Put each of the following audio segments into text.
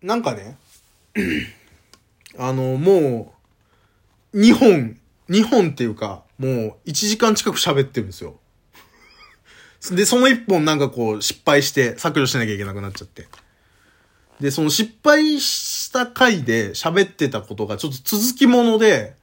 なんかね、もう、2本っていうか、もう1時間近く喋ってるんですよ。で、その1本なんかこう失敗して削除しなきゃいけなくなっちゃって。で、その失敗した回で喋ってたことがちょっと続きもので、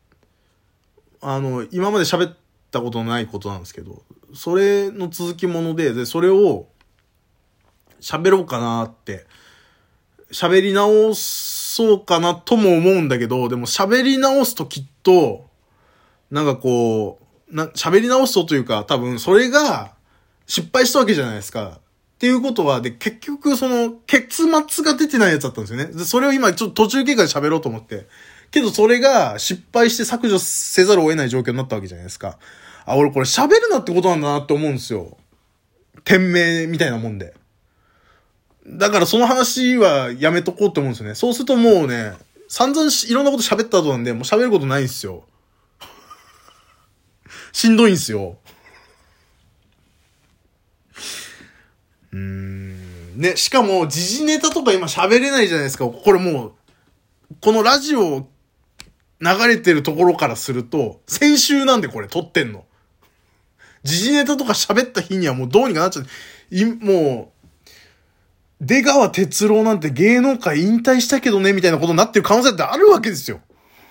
今まで喋ったことのないことなんですけど、それの続きもので、それを喋ろうかなって、喋り直そうかなとも思うんだけど、でも喋り直すときっと、なんかこう、喋り直すというか、多分それが失敗したわけじゃないですか。っていうことは、で、結局その、結末が出てないやつだったんですよね。で、それを今ちょっと途中経過で喋ろうと思って。けどそれが失敗して削除せざるを得ない状況になったわけじゃないですか。あ、俺これ喋るなってことなんだなって思うんですよ。店名みたいなもんで。だからその話はやめとこうって思うんですよね。そうするともうね、散々いろんなこと喋った後なんで、もう喋ることないんですよ。しんどいんですよ。ね、しかも時事ネタとか今喋れないじゃないですか。これもう、このラジオ流れてるところからすると、先週なんでこれ撮ってんの。時事ネタとか喋った日にはもうどうにかなっちゃう。もう、出川哲朗なんて芸能界引退したけどね、みたいなことになってる可能性ってあるわけですよ。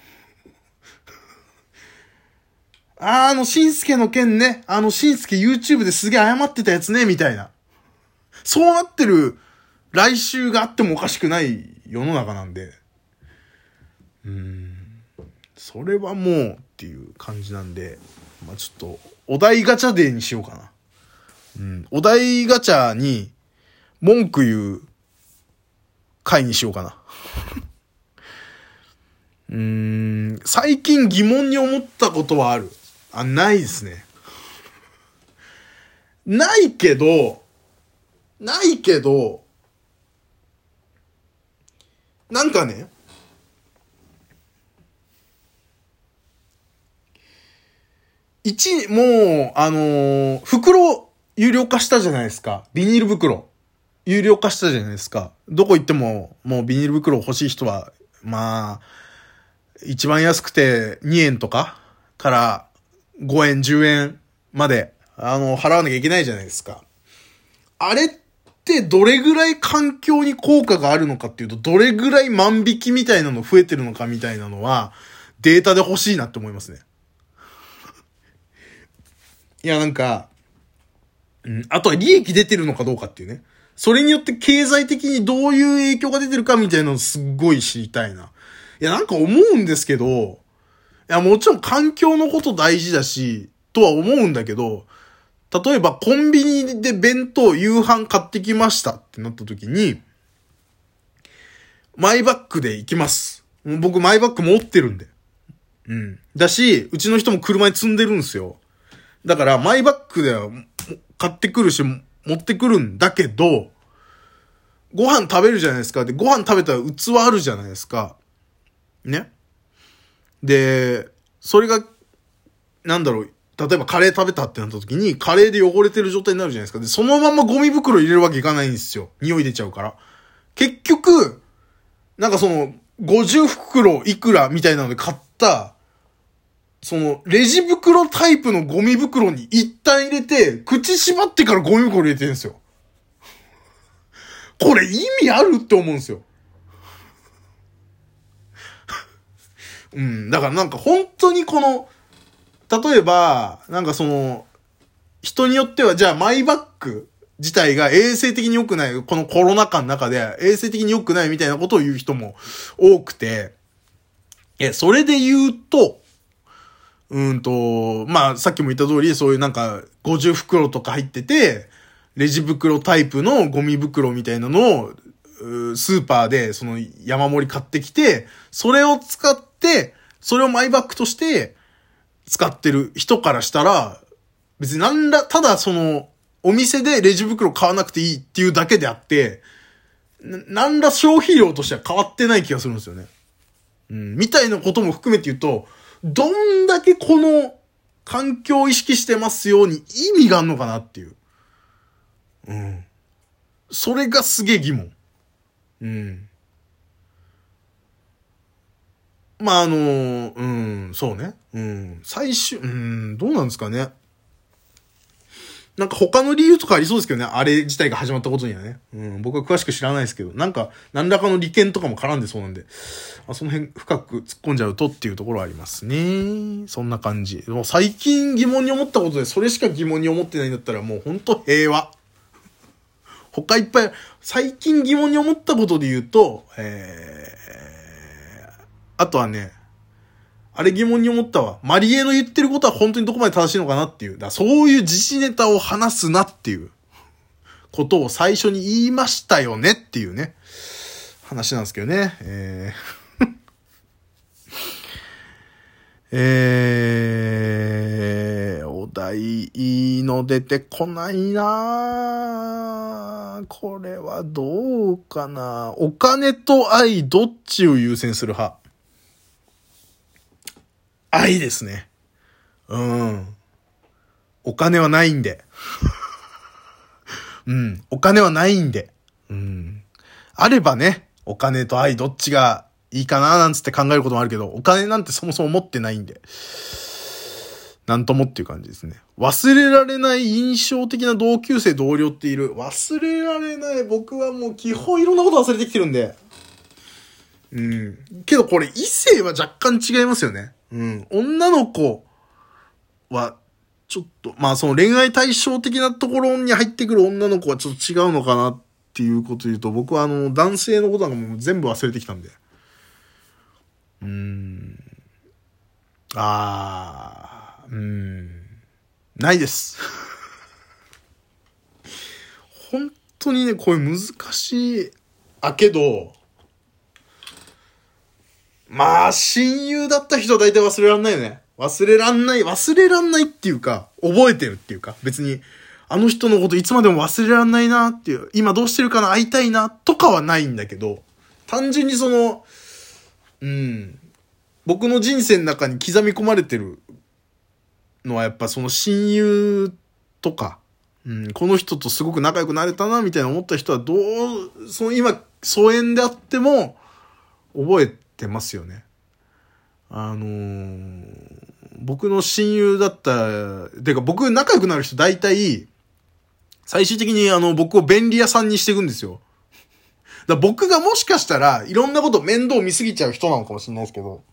しんすけの件ね、しんすけ YouTube ですげえ謝ってたやつね、みたいな。そうなってる来週があってもおかしくない世の中なんで。それはもうっていう感じなんで、まあちょっと、お題ガチャデーにしようかな。お題ガチャに文句言う回にしようかな。最近疑問に思ったことはある？ないですね。ないけど、なんかね、もう、袋有料化したじゃないですか。ビニール袋。有料化したじゃないですか。どこ行っても、もうビニール袋欲しい人は、まあ、一番安くて2円とかから5円、10円まで、払わなきゃいけないじゃないですか。あれってどれぐらい環境に効果があるのかっていうと、どれぐらい万引きみたいなの増えてるのかみたいなのは、データで欲しいなって思いますね。いや、なんか、あとは利益出てるのかどうかっていうね。それによって経済的にどういう影響が出てるかみたいなのすっごい知りたいな。いや、なんか思うんですけど、いや、もちろん環境のこと大事だし、とは思うんだけど、例えばコンビニで弁当夕飯買ってきましたってなった時に、マイバッグで行きます。僕マイバッグ持ってるんで。だし、うちの人も車に積んでるんですよ。だからマイバッグでは買ってくるし、持ってくるんだけど、ご飯食べるじゃないですか。で、ご飯食べたら器あるじゃないですか。ね。で、それが、なんだろう、例えばカレー食べたってなった時に、カレーで汚れてる状態になるじゃないですか。で、そのままゴミ袋入れるわけいかないんですよ。匂い出ちゃうから。結局、なんかその、50袋いくらみたいなので買った、その、レジ袋タイプのゴミ袋に一旦入れて、口縛ってからゴミ袋入れてるんですよ。これ意味あるって思うんですよ。だからなんか本当にこの、例えば、なんかその、人によっては、じゃあマイバッグ自体が衛生的に良くない、このコロナ禍の中で衛生的に良くないみたいなことを言う人も多くて、それで言うと、まあ、さっきも言った通り、そういうなんか、50袋とか入ってて、レジ袋タイプのゴミ袋みたいなのを、スーパーでその山盛り買ってきて、それを使って、それをマイバッグとして使ってる人からしたら、別にただその、お店でレジ袋買わなくていいっていうだけであって、なんら消費量としては変わってない気がするんですよね。みたいなことも含めて言うと、どんだけこの環境を意識してますように意味があんのかなっていう。それがすげえ疑問。 まあそうね。最終、どうなんですかね。なんか他の理由とかありそうですけどね。あれ自体が始まったことにはね。僕は詳しく知らないですけど、なんか、何らかの利権とかも絡んでそうなんで、その辺深く突っ込んじゃうとっていうところはありますね。そんな感じ。もう最近疑問に思ったことで、それしか疑問に思ってないんだったら、もうほんと平和。他いっぱい、最近疑問に思ったことで言うと、あとはね、あれ疑問に思ったわ。マリエの言ってることは本当にどこまで正しいのかなっていう。そういう時事ネタを話すなっていうことを最初に言いましたよねっていうね、話なんですけどね。お題いいの出てこないなぁ。これはどうかな。お金と愛どっちを優先する派？愛ですね。お金はないんで。お金はないんで。あればね、お金と愛どっちがいいかななんつって考えることもあるけど、お金なんてそもそも持ってないんで。なんともっていう感じですね。忘れられない印象的な同級生同僚っている。忘れられない。僕はもう基本いろんなこと忘れてきてるんで。けどこれ異性は若干違いますよね。女の子は、ちょっと、まあその恋愛対象的なところに入ってくる女の子はちょっと違うのかなっていうことを言うと、僕は男性のことなんかもう全部忘れてきたんで。ないです。本当にね、これ難しい。けど、まあ、親友だった人は大体忘れらんないよね。忘れらんないっていうか、覚えてるっていうか、別に、あの人のこといつまでも忘れらんないなっていう、今どうしてるかな、会いたいな、とかはないんだけど、単純に僕の人生の中に刻み込まれてるのはやっぱその親友とか、この人とすごく仲良くなれたな、みたいな思った人は今、疎遠であっても、覚えてますよね。僕の親友だった、てか僕仲良くなる人大体、最終的に僕を便利屋さんにしていくんですよ。僕がもしかしたらいろんなこと面倒見すぎちゃう人なのかもしれないですけど、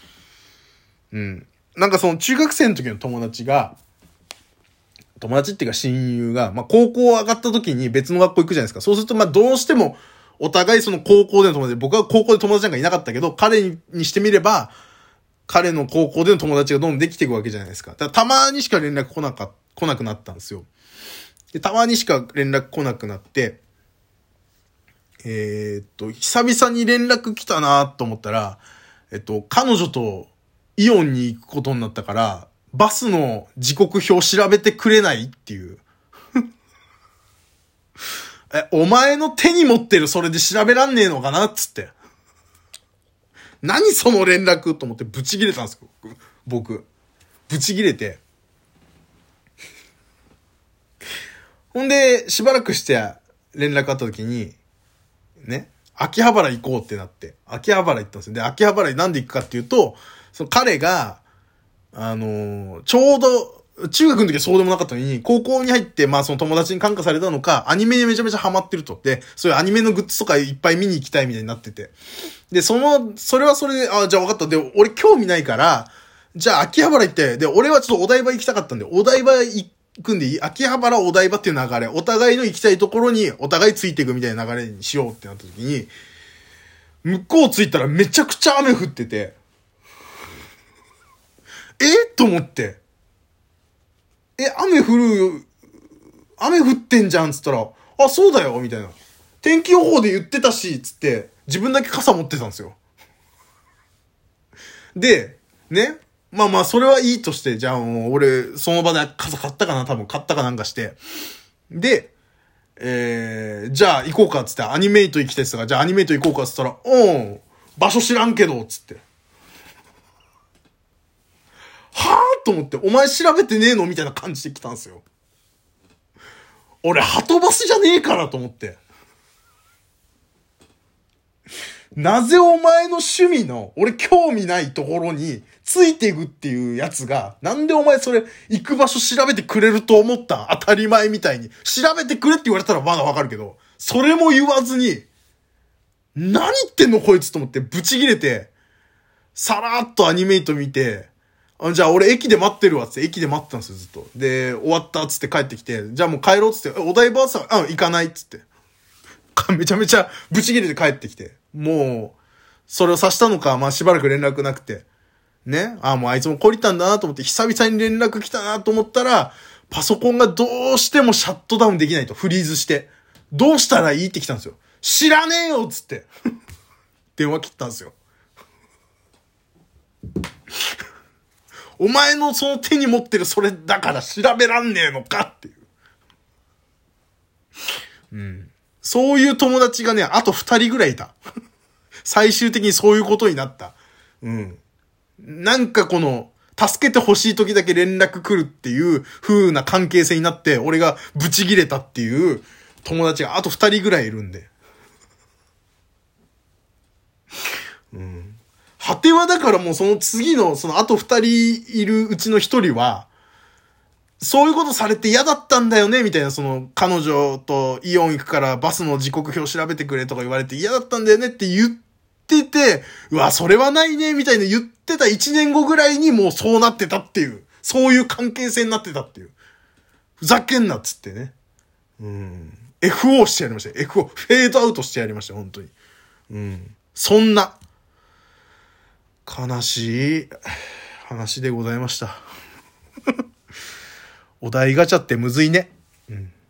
なんかその中学生の時の友達っていうか親友が、まあ高校上がった時に別の学校行くじゃないですか。そうするとまあどうしてもお互いその高校での友達、僕は高校で友達なんかいなかったけど、彼にしてみれば、彼の高校での友達がどんどんできていくわけじゃないですか。だからたまにしか連絡来なくなったんですよ。で、たまにしか連絡来なくなって、久々に連絡来たなと思ったら、彼女とイオンに行くことになったから、バスの時刻表調べてくれないっていう。お前の手に持ってるそれで調べらんねえのかなっつって。何その連絡と思ってブチ切れたんですよ。僕。ブチ切れて。ほんで、しばらくして連絡あった時に、ね、秋葉原行こうってなって、秋葉原行ったんですよ。で、秋葉原になんで行くかっていうと、その彼が、ちょうど、中学の時はそうでもなかったのに、高校に入って、まあその友達に感化されたのか、アニメにめちゃめちゃハマってると。で、そういうアニメのグッズとかいっぱい見に行きたいみたいになってて。で、それはそれで、じゃあ分かった。で、俺興味ないから、じゃあ秋葉原行って、で、俺はちょっとお台場行きたかったんで、お台場行くんでいい？秋葉原お台場っていう流れ、お互いの行きたいところにお互いついていくみたいな流れにしようってなった時に、向こう着いたらめちゃくちゃ雨降ってて、と思って、雨降ってんじゃんつったら、あ、そうだよみたいな。天気予報で言ってたし、つって、自分だけ傘持ってたんですよ。で、ね。まあまあ、それはいいとして、じゃあもう、俺、その場で傘買ったかな多分買ったかなんかして。で、じゃあ行こうかっつって、アニメイト行きたいっつったから、じゃあアニメイト行こうかっつったら、場所知らんけど、つって。はぁと思って、お前調べてねえのみたいな感じで来たんですよ。俺、ハトバスじゃねえからと思って。 なぜお前の趣味の、俺興味ないところについていくっていうやつが、なんでお前それ行く場所調べてくれると思った？当たり前みたいに。調べてくれって言われたらまだわかるけど、それも言わずに、何言ってんのこいつと思ってブチ切れて、さらっとアニメイト見て、じゃあ俺駅で待ってるわっつって駅で待ってたんですよずっと。で、終わったっつって帰ってきて、じゃあもう帰ろうっつって、お台場さ、行かないっつって。めちゃめちゃブチ切れて帰ってきて。もう、それを察したのか、まあしばらく連絡なくて。ね。もうあいつも懲りたんだなと思って、久々に連絡来たなと思ったら、パソコンがどうしてもシャットダウンできないと、フリーズして。どうしたらいいって来たんですよ。知らねえよっつって。電話切ったんですよ。お前のその手に持ってるそれだから調べらんねえのかっていう。うん。そういう友達がね、あと2人ぐらいいた。最終的にそういうことになった。うん。なんかこの、助けてほしい時だけ連絡来るっていう風な関係性になって、俺がブチギレたっていう友達があと2人ぐらいいるんで。うん。果てはだからもうその次の、そのあと2人いるうちの1人は、そういうことされて嫌だったんだよねみたいな、その彼女とイオン行くからバスの時刻表調べてくれとか言われて嫌だったんだよねって言ってて、うわ、それはないねみたいな言ってた1年後ぐらいにもうそうなってたっていう、そういう関係性になってたっていう。ふざけんなっつってね。FO してやりましたよ。FO。フェードアウトしてやりましたよ、本当に。そんな、悲しい話でございました。お題ガチャってむずいね。